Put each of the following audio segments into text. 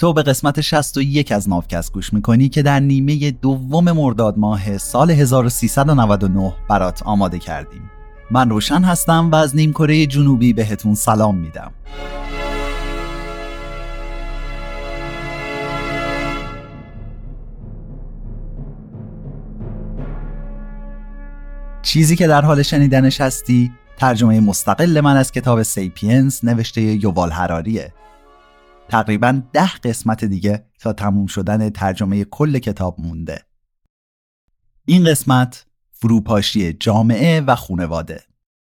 تو به قسمت 61 از ناوکست گوش میکنی که در نیمه دوم مرداد ماه سال 1399 برات آماده کردیم. من روشن هستم و از نیمکره جنوبی بهتون سلام میدم. چیزی که در حال شنیدنش هستی ترجمه مستقل من از کتاب سیپینز نوشته یووال هراریه. تقریباً 10 قسمت دیگه تا تموم شدن ترجمه کل کتاب مونده. این قسمت فروپاشی جامعه و خانواده.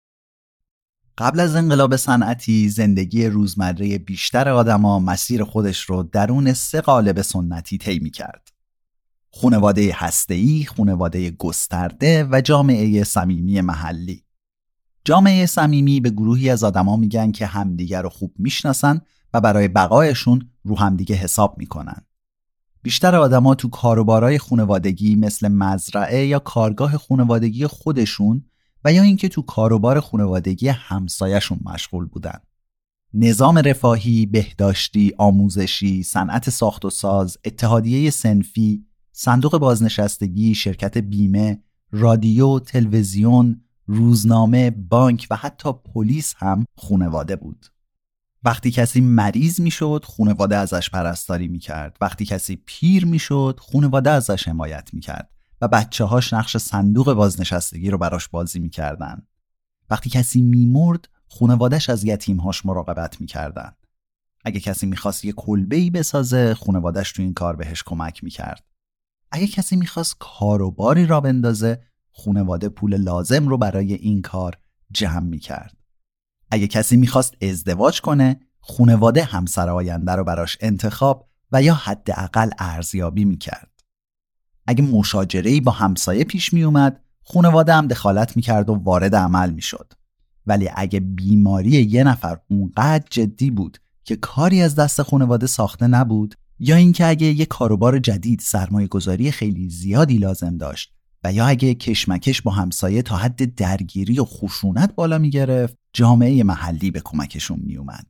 قبل از انقلاب صنعتی زندگی روزمره بیشتر آدما مسیر خودش رو درون 3 قالب سنتی طی می‌کرد. خانواده هسته‌ای، خانواده گسترده و جامعه صمیمی محلی. جامعه صمیمی به گروهی از آدما میگن که همدیگر رو خوب میشناسن و برای بقایشون رو همدیگه حساب میکنن. بیشتر آدما تو کاروبارای خانوادگی مثل مزرعه یا کارگاه خانوادگی خودشون و یا اینکه تو کاروبار خانوادگی همسایه‌شون مشغول بودن. نظام رفاهی، بهداشتی، آموزشی، صنعت ساخت و ساز، اتحادیه صنفی، صندوق بازنشستگی، شرکت بیمه، رادیو، تلویزیون، روزنامه، بانک و حتی پلیس هم خانواده بود. وقتی کسی مریض میشد، خانواده ازش پرستاری میکرد. وقتی کسی پیر میشد، خانواده ازش حمایت میکرد و بچه‌هاش نقش صندوق بازنشستگی رو براش بازی میکردن. وقتی کسی میمرد، خانواده‌اش از یتیم‌هاش مراقبت میکردن. اگه کسی میخواست یه کلبه‌ای بسازه، خانواده‌اش تو این کار بهش کمک میکرد. اگه کسی میخواست کاروباری را بندازه، خانواده پول لازم رو برای این کار جمع میکرد. اگه کسی میخواست ازدواج کنه، خانواده همسر آینده رو براش انتخاب و یا حداقل ارزیابی میکرد. اگه مشاجره‌ای با همسایه پیش میومد، خانواده هم دخالت میکرد و وارد عمل میشد. ولی اگه بیماری یه نفر اونقدر جدی بود که کاری از دست خانواده ساخته نبود، یا اینکه اگه یه کاروبار جدید سرمایه گذاری خیلی زیادی لازم داشت و یا اگه کشمکش با همسایه تا حد درگیری و خشونت بالا می گرفت، جامعه محلی به کمکشون می اومد.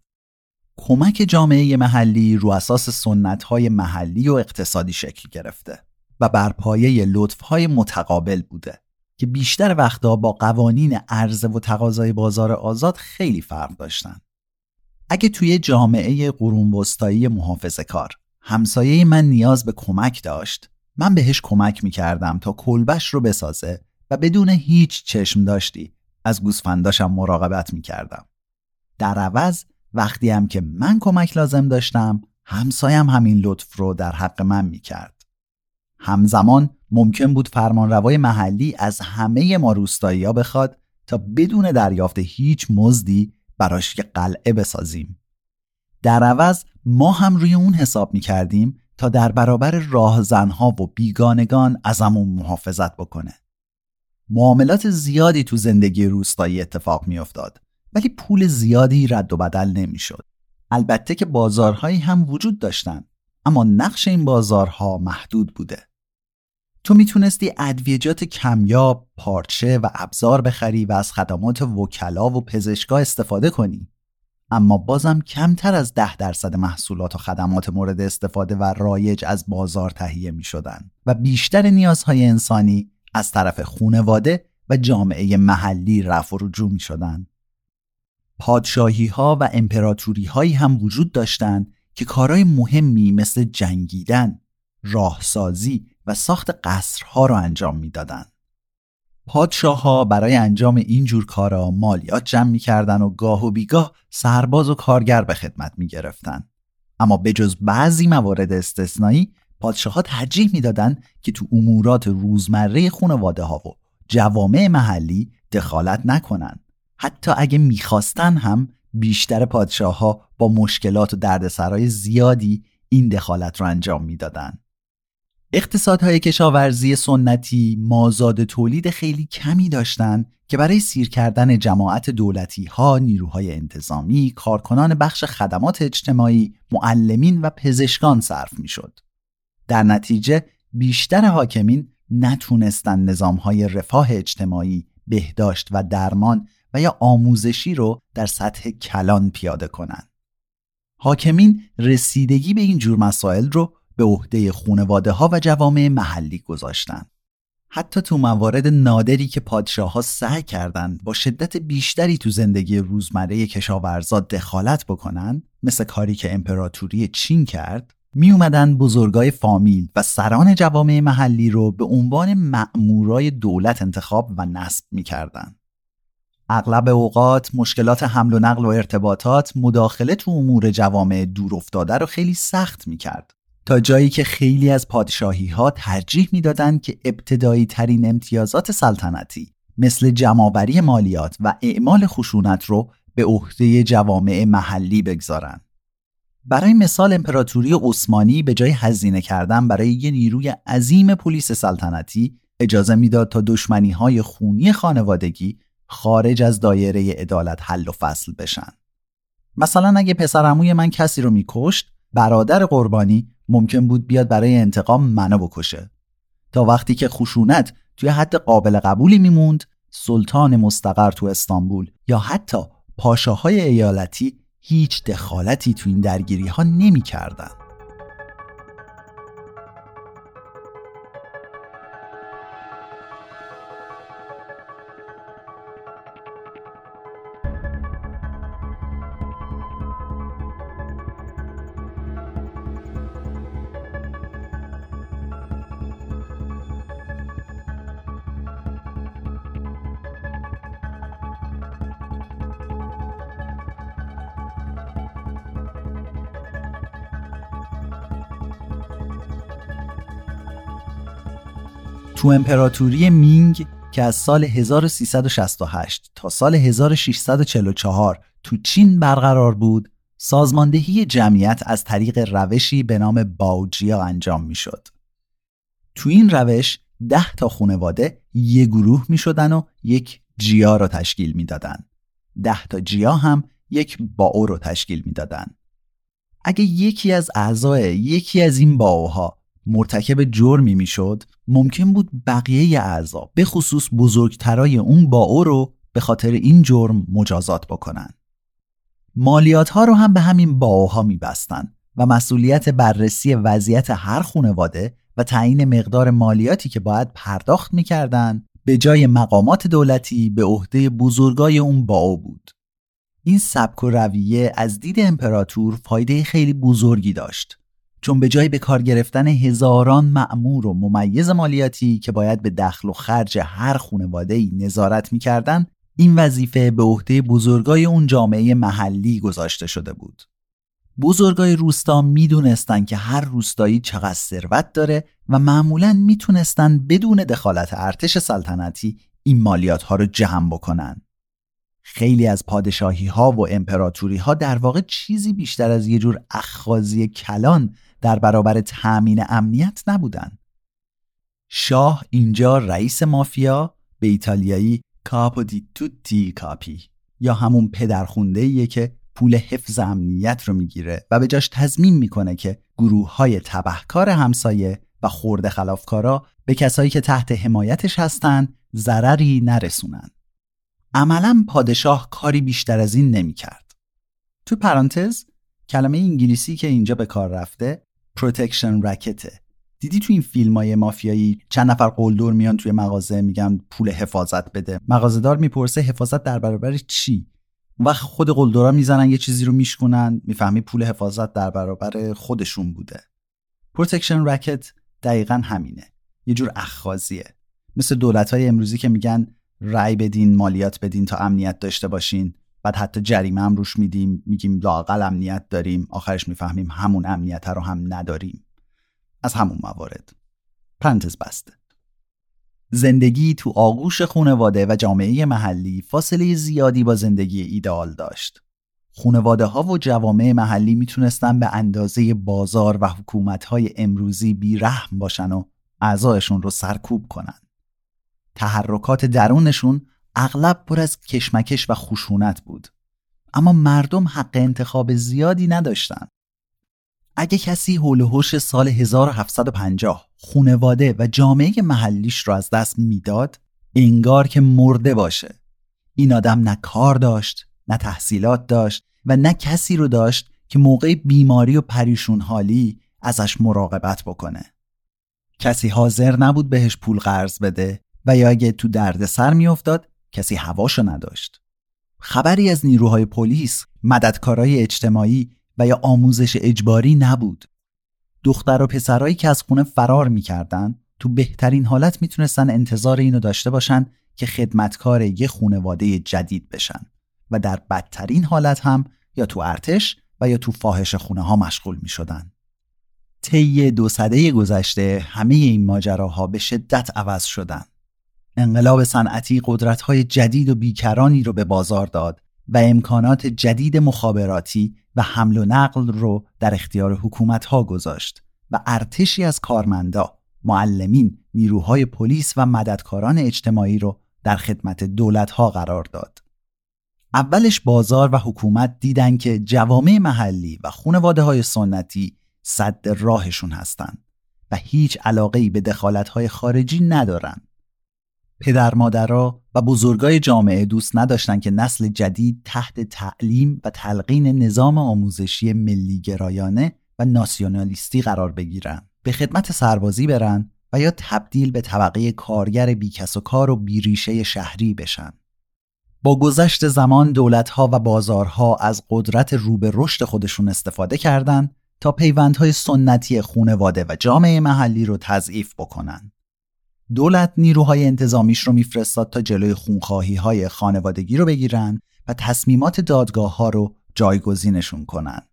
کمک جامعه محلی رو اساس سنت‌های محلی و اقتصادی شکل گرفته و بر پایه لطف‌های متقابل بوده که بیشتر وقتا با قوانین عرضه و تقاضای بازار آزاد خیلی فرق داشتن. اگه توی جامعه قرون وسطایی محافظه‌کار همسایه من نیاز به کمک داشت، من بهش کمک میکردم تا کلبش رو بسازه و بدون هیچ چشم داشتی از گوسفنداشم مراقبت میکردم. در عوض وقتی هم که من کمک لازم داشتم، همسایم همین لطف رو در حق من میکرد. همزمان ممکن بود فرمانروای محلی از همه ما روستایی‌ها بخواد تا بدون دریافت هیچ مزدی براش یه قلعه بسازیم. در عوض ما هم روی اون حساب میکردیم تا در برابر راهزنها و بیگانگان ازمون محافظت بکنه. معاملات زیادی تو زندگی روستایی اتفاق میافتاد، ولی پول زیادی رد و بدل نمیشد. البته که بازارهایی هم وجود داشتن، اما نقش این بازارها محدود بوده. تو میتونستی ادویجات کمیاب، پارچه و ابزار بخری و از خدمات وکلا و پزشکا استفاده کنی. اما بازم کمتر از 10% محصولات و خدمات مورد استفاده و رایج از بازار تهیه می شدن و بیشتر نیازهای انسانی از طرف خانواده و جامعه محلی رفع و رجوع می شدن. پادشاهی ها و امپراتوری هایی هم وجود داشتند که کارهای مهمی مثل جنگیدن، راهسازی و ساخت قصرها را انجام می دادن. پادشاه‌ها برای انجام این جور کارا مالیات جمع می‌کردن و گاه و بیگاه سرباز و کارگر به خدمت می‌گرفتن. اما به جز بعضی موارد استثنایی، پادشاه‌ها ترجیح می‌دادن که تو امورات روزمره خانواده‌ها و جوامع محلی دخالت نکنن. حتی اگه می‌خواستن هم بیشتر پادشاه‌ها با مشکلات و دردسرای زیادی این دخالت رو انجام می‌دادن. اقتصادهای کشاورزی سنتی مازاد تولید خیلی کمی داشتن که برای سیر کردن جماعت دولتی ها، نیروهای انتظامی، کارکنان بخش خدمات اجتماعی، معلمین و پزشکان صرف می شد. در نتیجه بیشتر حاکمین نتونستن نظامهای رفاه اجتماعی، بهداشت و درمان و یا آموزشی رو در سطح کلان پیاده کنن. حاکمین رسیدگی به این جور مسائل رو به عهده خانواده‌ها و جوامع محلی گذاشتن. حتی تو موارد نادری که پادشاه‌ها سعی کردند با شدت بیشتری تو زندگی روزمره کشاورزا دخالت بکنن، مثل کاری که امپراتوری چین کرد، می اومدن بزرگای فامیل و سران جوامع محلی رو به عنوان مأمورای دولت انتخاب و نصب می کردن. اغلب اوقات مشکلات حمل و نقل و ارتباطات مداخله تو امور جوامع دور افتاده رو خیلی سخت می کرد، تا جایی که خیلی از پادشاهی ها ترجیح می دادن که ابتدایی ترین امتیازات سلطنتی مثل جمع‌آوری مالیات و اعمال خشونت رو به عهده جوامع محلی بگذارن. برای مثال امپراتوری عثمانی به جای هزینه کردن برای یه نیروی عظیم پلیس سلطنتی اجازه میداد تا دشمنی‌های خونی خانوادگی خارج از دایره عدالت حل و فصل بشن. مثلا اگه پسرعموی من کسی رو میکشت، برادر قربانی ممکن بود بیاد برای انتقام منو بکشه. تا وقتی که خشونت توی حد قابل قبولی میموند، سلطان مستقر تو استانبول یا حتی پاشاهای ایالتی هیچ دخالتی تو این درگیری ها نمی کردن. تو امپراتوری مینگ که از سال 1368 تا سال 1644 تو چین برقرار بود، سازماندهی جمعیت از طریق روشی به نام باوجیا انجام می شد. تو این روش 10 تا خانواده یک گروه می شدن و یک جیا رو تشکیل می دادن. 10 تا جیا هم یک باو رو تشکیل می دادن. اگه یکی از اعضای یکی از این باوها مرتکب جرمی میشد، ممکن بود بقیه اعضا به خصوص بزرگترای اون باو رو به خاطر این جرم مجازات بکنن. مالیات ها رو هم به همین باوها میبستن و مسئولیت بررسی وضعیت هر خانواده و تعیین مقدار مالیاتی که باید پرداخت میکردن به جای مقامات دولتی به عهده بزرگای اون باو بود. این سبک و رویه از دید امپراتور فایده خیلی بزرگی داشت، چون به جای به کار گرفتن هزاران مأمور و ممیز مالیاتی که باید به دخل و خرج هر خانواده‌ای نظارت می‌کردن، این وظیفه به عهده بزرگای اون جامعه محلی گذاشته شده بود. بزرگای روستا میدونستن که هر روستایی چقدر ثروت داره و معمولاً میتونستن بدون دخالت ارتش سلطنتی این مالیات ها رو جمع بکنن. خیلی از پادشاهی ها و امپراتوری ها در واقع چیزی بیشتر از یه جور اخاذی کلان در برابر تأمین امنیت نبودن. شاه اینجا رئیس مافیا، به ایتالیایی کاپو دی توتی کاپی، یا همون پدرخونده‌ایه که پول حفظ امنیت رو میگیره و به جاش تضمین میکنه که گروه‌های تبهکار همسایه و خرده خلافکارا به کسایی که تحت حمایتش هستن ضرری نرسونن. عملاً پادشاه کاری بیشتر از این نمی‌کرد. تو پرانتز کلمه انگلیسی که اینجا به کار رفته پروتکشن رکته. دیدی تو این فیلم‌های مافیایی چند نفر قلدر میان توی مغازه میگن پول حفاظت بده، مغازه‌دار میپرسه حفاظت در برابر چی؟ و خود قلدرها میزنن یه چیزی رو میشکنن، میفهمی پول حفاظت در برابر خودشون بوده. پروتکشن رکت دقیقاً همینه، یه جور اخاذیه. مثل دولت‌های امروزی که میگن رای بدین، مالیات بدین تا امنیت داشته باشین، بعد حتی جریمه هم روش میدیم، میگیم لااقل امنیت داریم، آخرش میفهمیم همون امنیت رو هم نداریم. از همون موارد. پرانتز بسته. زندگی تو آغوش خانواده و جامعه محلی فاصله زیادی با زندگی ایدئال داشت. خانواده ها و جوامع محلی میتونستن به اندازه بازار و حکومت‌های امروزی بی‌رحم باشن و اعضایشون رو سرکوب کنن. تحرکات درونشون اغلب پر از کشمکش و خشونت بود، اما مردم حق انتخاب زیادی نداشتن. اگه کسی حول و حوش سال 1750 خانواده و جامعه محلیش رو از دست میداد، انگار که مرده باشه. این آدم نه کار داشت، نه تحصیلات داشت و نه کسی رو داشت که موقع بیماری و پریشون حالی ازش مراقبت بکنه. کسی حاضر نبود بهش پول قرض بده و یا اگه تو دردسر میافتاد کسی هواشو نداشت. خبری از نیروهای پلیس، مددکارای اجتماعی و یا آموزش اجباری نبود. دختر و پسرایی که از خونه فرار میکردن تو بهترین حالت میتونستن انتظار اینو داشته باشن که خدمتکار یه خانواده جدید بشن و در بدترین حالت هم یا تو ارتش و یا تو فاحش خونه ها مشغول میشدن. طی 2 سده گذشته همه این ماجراها به شدت عوض شدن. انقلاب صنعتی قدرت‌های جدید و بیکرانی رو به بازار داد و امکانات جدید مخابراتی و حمل و نقل رو در اختیار حکومت‌ها گذاشت و ارتشی از کارمندا، معلمین، نیروهای پلیس و مددکاران اجتماعی رو در خدمت دولت‌ها قرار داد. اولش بازار و حکومت دیدن که جوامع محلی و خانواده‌های سنتی سد راهشون هستن و هیچ علاقه‌ای به دخالت‌های خارجی ندارن. پدر مادرها و بزرگای جامعه دوست نداشتن که نسل جدید تحت تعلیم و تلقین نظام آموزشی ملی گرایانه و ناسیونالیستی قرار بگیرن، به خدمت سربازی برن و یا تبدیل به طبقه کارگر بیکس و کار و بیریشه شهری بشن. با گذشت زمان دولت‌ها و بازارها از قدرت رو به رشد خودشون استفاده کردن تا پیوندهای سنتی خانواده و جامعه محلی رو تضعیف بکنن. دولت نیروهای انتظامیش رو میفرستاد تا جلوی خونخواهی‌های خانوادگی رو بگیرن و تصمیمات دادگاه‌ها رو جایگزینشون کنن.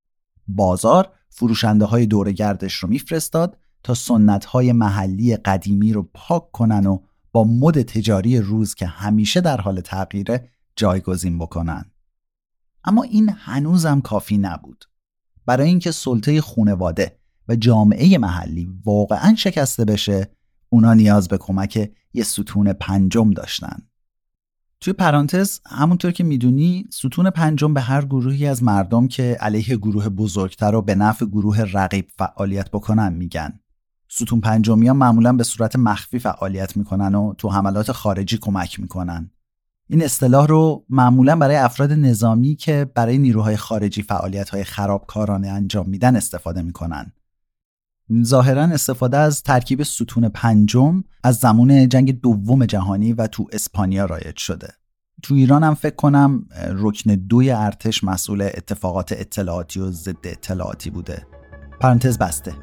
بازار فروشنده‌های دوره‌گردش رو میفرستاد تا سنت‌های محلی قدیمی رو پاک کنن و با مد تجاری روز که همیشه در حال تغییره جایگزین بکنن. اما این هنوزم کافی نبود. برای اینکه سلطه خانواده و جامعه محلی واقعاً شکسته بشه، اونا نیاز به کمک یه ستون پنجم داشتن. توی پرانتز همونطور که میدونی ستون پنجم به هر گروهی از مردم که علیه گروه بزرگتر و به نفع گروه رقیب فعالیت بکنن میگن. ستون پنجمی ها معمولا به صورت مخفی فعالیت میکنن و تو حملات خارجی کمک میکنن. این اصطلاح رو معمولا برای افراد نظامی که برای نیروهای خارجی فعالیت‌های خرابکارانه انجام میدن استفاده میکنن. ظاهراً استفاده از ترکیب ستون پنجم از زمان جنگ دوم جهانی و تو اسپانیا رایج شده. تو ایران هم فکر کنم رکن 2 ارتش مسئول اتفاقات اطلاعاتی و ضد اطلاعاتی بوده. پرانتز بسته.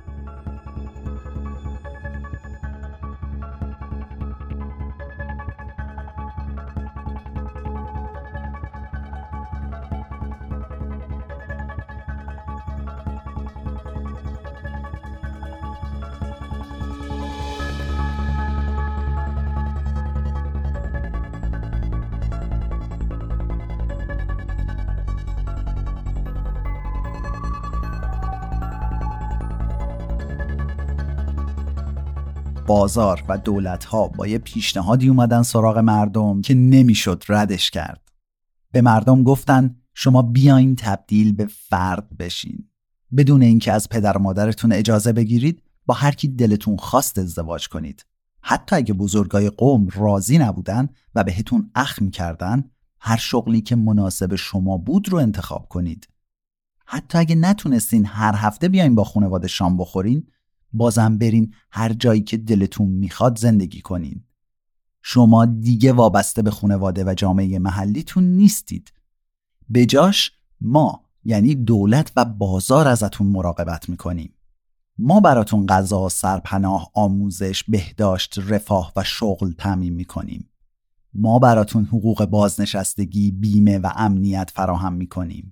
بازار و دولت‌ها با یه پیشنهادی اومدن سراغ مردم که نمیشد ردش کرد. به مردم گفتن شما بیاین تبدیل به فرد بشین. بدون اینکه از پدر و مادرتون اجازه بگیرید با هر کی دلتون خواست ازدواج کنید. حتی اگه بزرگای قوم راضی نبودن و بهتون اخم می‌کردن، هر شغلی که مناسب شما بود رو انتخاب کنید. حتی اگه نتونستین هر هفته بیاین با خانواده شام بخورین، بازم برین هر جایی که دلتون میخواد زندگی کنین. شما دیگه وابسته به خانواده و جامعه محلیتون نیستید. به جاش ما یعنی دولت و بازار ازتون مراقبت میکنیم. ما براتون غذا، سرپناه، آموزش، بهداشت، رفاه و شغل تامین میکنیم. ما براتون حقوق بازنشستگی، بیمه و امنیت فراهم میکنیم.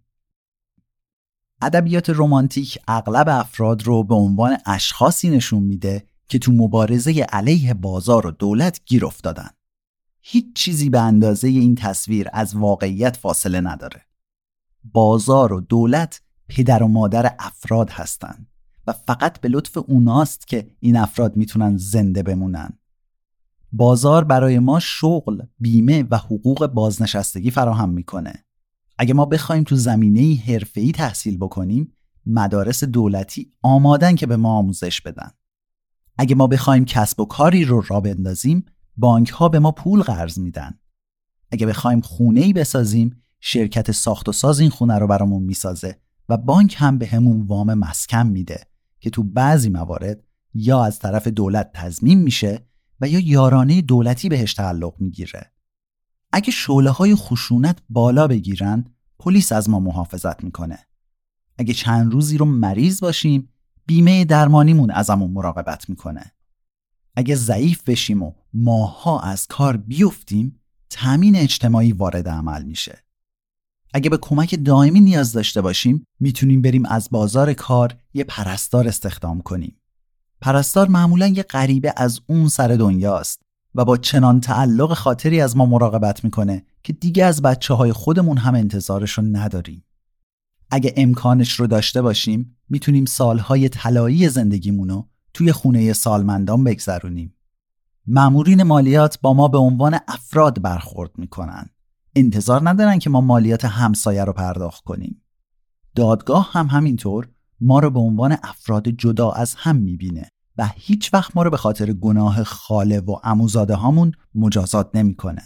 ادبیات رمانتیک اغلب افراد رو به عنوان اشخاصی نشون میده که تو مبارزه علیه بازار و دولت گیر افتادن. هیچ چیزی به اندازه این تصویر از واقعیت فاصله نداره. بازار و دولت پدر و مادر افراد هستن و فقط به لطف اوناست که این افراد میتونن زنده بمونن. بازار برای ما شغل، بیمه و حقوق بازنشستگی فراهم میکنه. اگه ما بخوایم تو زمینه حرفه‌ای تحصیل بکنیم، مدارس دولتی آمادن که به ما آموزش بدن. اگه ما بخوایم کسب و کاری رو راه بندازیم، بانک‌ها به ما پول قرض میدن. اگه بخوایم خونه‌ای بسازیم، شرکت ساخت و ساز این خونه رو برامون میسازه و بانک هم به همون وام مسکن میده که تو بعضی موارد یا از طرف دولت تضمین میشه و یا یارانه دولتی بهش تعلق میگیره. اگه شعله‌های خشونت بالا بگیرن، پلیس از ما محافظت میکنه. اگه چند روزی رو مریض باشیم، بیمه درمانیمون ازمون مراقبت میکنه. اگه ضعیف بشیم و ماه‌ها از کار بیفتیم، تامین اجتماعی وارد عمل میشه. اگه به کمک دائمی نیاز داشته باشیم، میتونیم بریم از بازار کار یه پرستار استخدام کنیم. پرستار معمولاً یه غریبه از اون سر دنیاست و با چنان تعلق خاطری از ما مراقبت میکنه که دیگه از بچه‌های خودمون هم انتظارشو نداریم. اگه امکانش رو داشته باشیم، میتونیم سالهای طلایی زندگیمونو توی خونه سالمندان بگذرونیم. مامورین مالیات با ما به عنوان افراد برخورد میکنن. انتظار ندارن که ما مالیات همسایه رو پرداخت کنیم. دادگاه هم همینطور ما رو به عنوان افراد جدا از هم میبینه و هیچ وقت ما رو به خاطر گناه خاله و عموزاده هامون مجازات نمیکنه.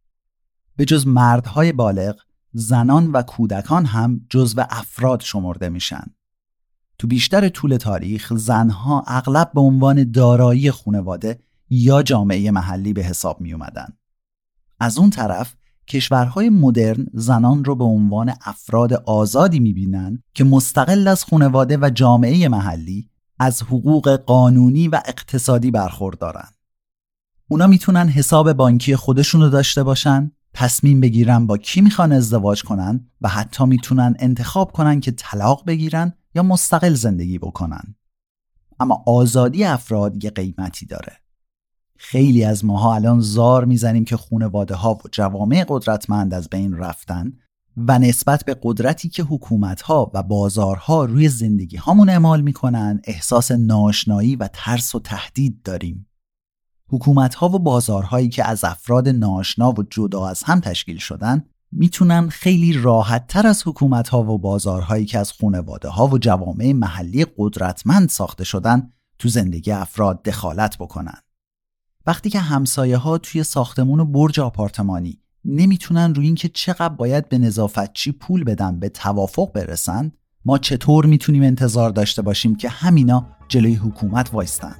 به جز مردهای بالغ، زنان و کودکان هم جزو افراد شمرده میشن. تو بیشتر طول تاریخ زنها اغلب به عنوان دارایی خانواده یا جامعه محلی به حساب می اومدن. از اون طرف کشورهای مدرن زنان رو به عنوان افراد آزادی می بینن که مستقل از خانواده و جامعه محلی از حقوق قانونی و اقتصادی برخوردارن. اونا میتونن حساب بانکی خودشون رو داشته باشن، تصمیم بگیرن با کی میخوان ازدواج کنن و حتی میتونن انتخاب کنن که طلاق بگیرن یا مستقل زندگی بکنن. اما آزادی افراد یه قیمتی داره. خیلی از ماها الان زار میزنیم که خانواده ها و جوامع قدرتمند از بین رفتن و نسبت به قدرتی که حکومت ها و بازارها روی زندگی هامون اعمال میکنن احساس ناآشنایی و ترس و تهدید داریم. حکومت ها و بازارهایی که از افراد ناآشنا و جدا از هم تشکیل شدن میتونن خیلی راحت تر از حکومت ها و بازارهایی که از خانواده ها و جوامع محلی قدرتمند ساخته شدن تو زندگی افراد دخالت بکنن. وقتی که همسایه ها توی ساختمون و برج آپارتمانی نمیتونن روی این که چقدر باید به نظافتچی پول بدن به توافق برسن، ما چطور میتونیم انتظار داشته باشیم که همینا جلوی حکومت وایستن؟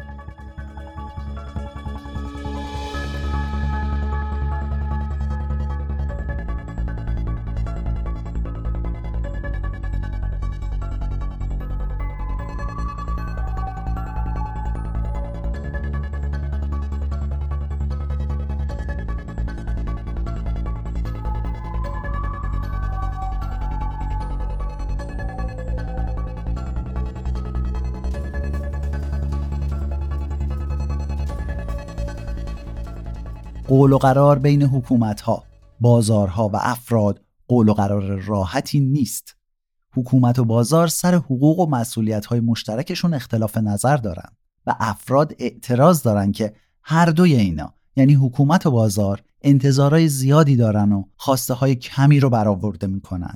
قول و قرار بین حکومت‌ها، بازارها و افراد قول و قرار راحتی نیست. حکومت و بازار سر حقوق و مسئولیت‌های مشترکشون اختلاف نظر دارن و افراد اعتراض دارن که هر دوی اینا، یعنی حکومت و بازار، انتظارهای زیادی دارن و خواسته‌های کمی رو برآورده میکنن.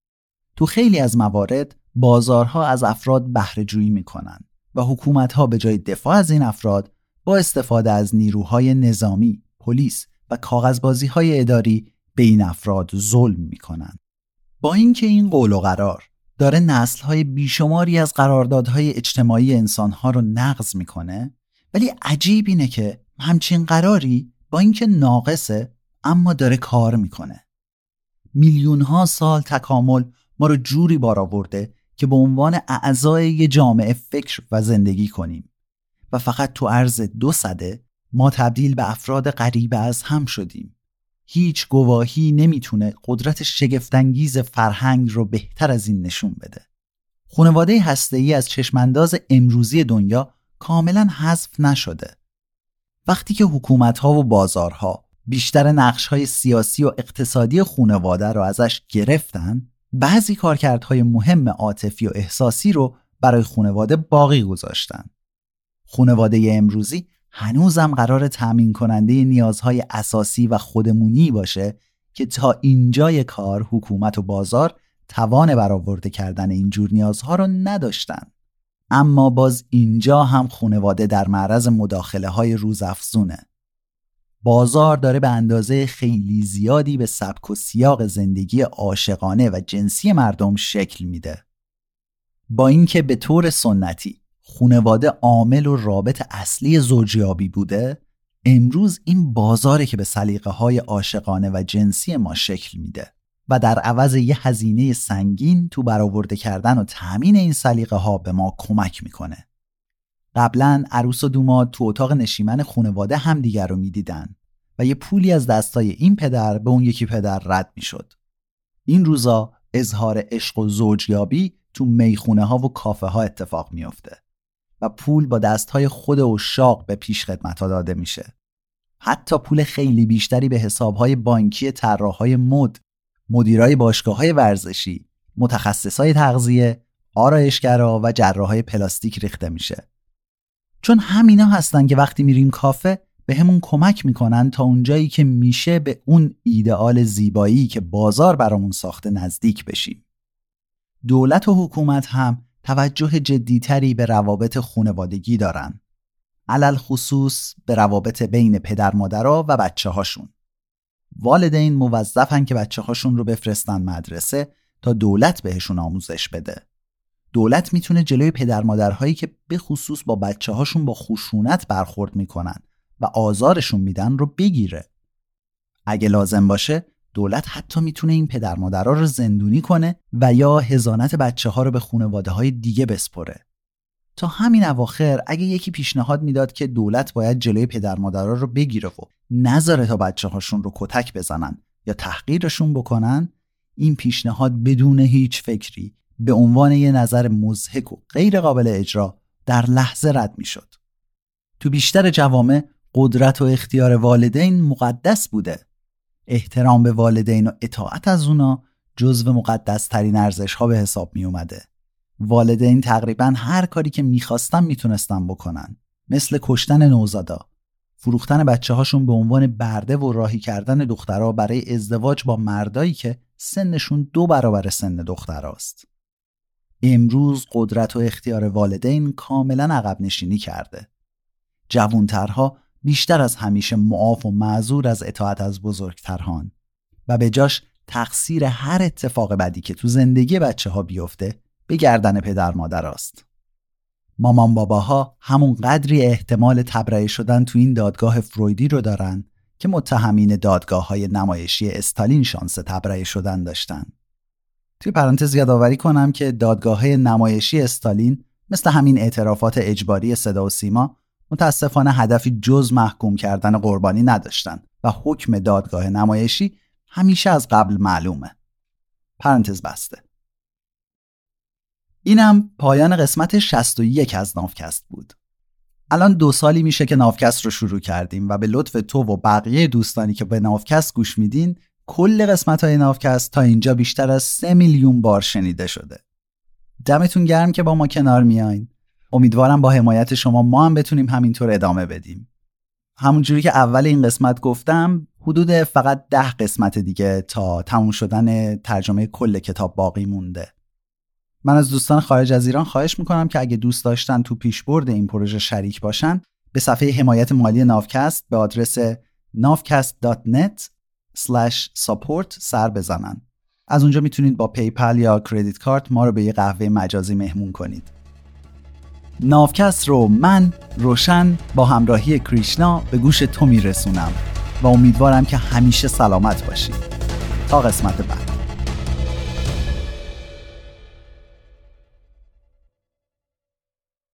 تو خیلی از موارد بازارها از افراد بهره جویی میکنن و حکومت‌ها به جای دفاع از این افراد با استفاده از نیروهای نظامی، پلیس و کاغذبازی‌های اداری به این افراد ظلم می‌کنند. با اینکه این قول و قرار داره نسل‌های بیشماری از قراردادهای اجتماعی انسان‌ها رو نقض می‌کنه، ولی عجیب اینه که همچین قراری با اینکه ناقصه اما داره کار می‌کنه. میلیون‌ها سال تکامل ما رو جوری بار آورده که به عنوان اعضای یه جامعه فکر و زندگی کنیم و فقط تو عرض 2 سده ما تبدیل به افراد غریبه از هم شدیم. هیچ گواهی نمیتونه قدرت شگفت‌انگیز فرهنگ رو بهتر از این نشون بده. خانواده هسته‌ای از چشمانداز امروزی دنیا کاملا حذف نشده. وقتی که حکومت‌ها و بازارها بیشتر نقش‌های سیاسی و اقتصادی خانواده رو ازش گرفتن، بعضی کارکردهای مهم عاطفی و احساسی رو برای خانواده باقی گذاشتن. خانواده امروزی هنوزم قرار تامین کننده نیازهای اساسی و خودمونی باشه که تا اینجای کار حکومت و بازار توان برآورده کردن اینجور نیازها رو نداشتن. اما باز اینجا هم خانواده در معرض مداخله های روزافزونه. بازار داره به اندازه خیلی زیادی به سبک و سیاق زندگی عاشقانه و جنسی مردم شکل میده. با اینکه به طور سنتی خانواده عامل و رابط اصلی زوجیابی بوده، امروز این بازاره که به سلیقه‌های عاشقانه و جنسی ما شکل میده و در عوض یه هزینه سنگین تو برآورده کردن و تامین این سلیقه‌ها به ما کمک میکنه. قبلا عروس و دوماد تو اتاق نشیمن خانواده همدیگر رو میدیدن و یه پولی از دستای این پدر به اون یکی پدر رد میشد. این روزا اظهار عشق و زوجیابی تو میخونه ها و کافه ها اتفاق میفته و پول با دستهای خود عشاق به پیش خدمت ها داده میشه. حتی پول خیلی بیشتری به حسابهای بانکی طراحهای مد، مدیرای باشگاه‌های ورزشی، متخصصای تغذیه، آرایشگرا و جراحای پلاستیک ریخته میشه. چون همینا هستن که وقتی میریم کافه به همون کمک میکنن تا اونجایی که میشه به اون ایدئال زیبایی که بازار برامون ساخته نزدیک بشیم. دولت و حکومت هم توجه جدیتری به روابط خانوادگی دارن. علل خصوص به روابط بین پدر مادرها و بچه هاشون. والدین موظفن که بچه هاشون رو بفرستن مدرسه تا دولت بهشون آموزش بده. دولت میتونه جلوی پدر مادرهایی که به خصوص با بچه هاشون با خشونت برخورد میکنن و آزارشون میدن رو بگیره. اگه لازم باشه دولت حتی میتونه این پدر مادرها رو زندونی کنه و یا حضانت بچه ها رو به خانواده های دیگه بسپره. تا همین اواخر اگه یکی پیشنهاد میداد که دولت باید جلوی پدر مادرها رو بگیره و نذاره تا بچه هاشون رو کتک بزنن یا تحقیرشون بکنن، این پیشنهاد بدون هیچ فکری به عنوان یه نظر مضحک و غیر قابل اجرا در لحظه رد میشد. تو بیشتر جوامع قدرت و اختیار والدین مقدس بوده. احترام به والدین و اطاعت از اونا جزو مقدس ترین ارزش ها به حساب می اومده. والدین تقریبا هر کاری که میخواستن میتونستن بکنن، مثل کشتن نوزادا، فروختن بچه هاشون به عنوان برده و راهی کردن دخترها برای ازدواج با مردایی که سنشون 2 برابر سن دختراست. امروز قدرت و اختیار والدین کاملا عقب نشینی کرده. جوانترها بیشتر از همیشه معاف و معذور از اطاعت از بزرگترهان و به جاش تقصیر هر اتفاق بدی که تو زندگی بچه ها بیفته به گردن پدر مادر است. مامان باباها همون قدری احتمال تبرئه شدن تو این دادگاه فرویدی رو دارن که متهمین دادگاه‌های نمایشی استالین شانس تبرئه شدن داشتن. توی پرانتز یادآوری کنم که دادگاه‌های نمایشی استالین مثل همین اعترافات اجباری صدا و سیما متاسفانه هدفی جز محکوم کردن قربانی نداشتن و حکم دادگاه نمایشی همیشه از قبل معلومه. پرانتز بسته. اینم پایان قسمت 61 از ناوکست بود. الان 2 سالی میشه که ناوکست رو شروع کردیم و به لطف تو و بقیه دوستانی که به ناوکست گوش میدین کل قسمت‌های ناوکست تا اینجا بیشتر از 3 میلیون بار شنیده شده. دمتون گرم که با ما کنار میاین. امیدوارم با حمایت شما ما هم بتونیم همینطور ادامه بدیم. همونجوری که اول این قسمت گفتم حدود فقط 10 قسمت دیگه تا تموم شدن ترجمه کل کتاب باقی مونده. من از دوستان خارج از ایران خواهش میکنم که اگه دوست داشتن تو پیشبرد این پروژه شریک باشن به صفحه حمایت مالی ناوکست به آدرس navcast.net/support سر بزنن. از اونجا میتونید با پیپل یا کردیت کارت ما رو به یه قهوه مجازی مهمون کنید. ناوکست رو من روشن با همراهی کریشنا به گوش تو میرسونم و امیدوارم که همیشه سلامت باشید. تا قسمت بعد.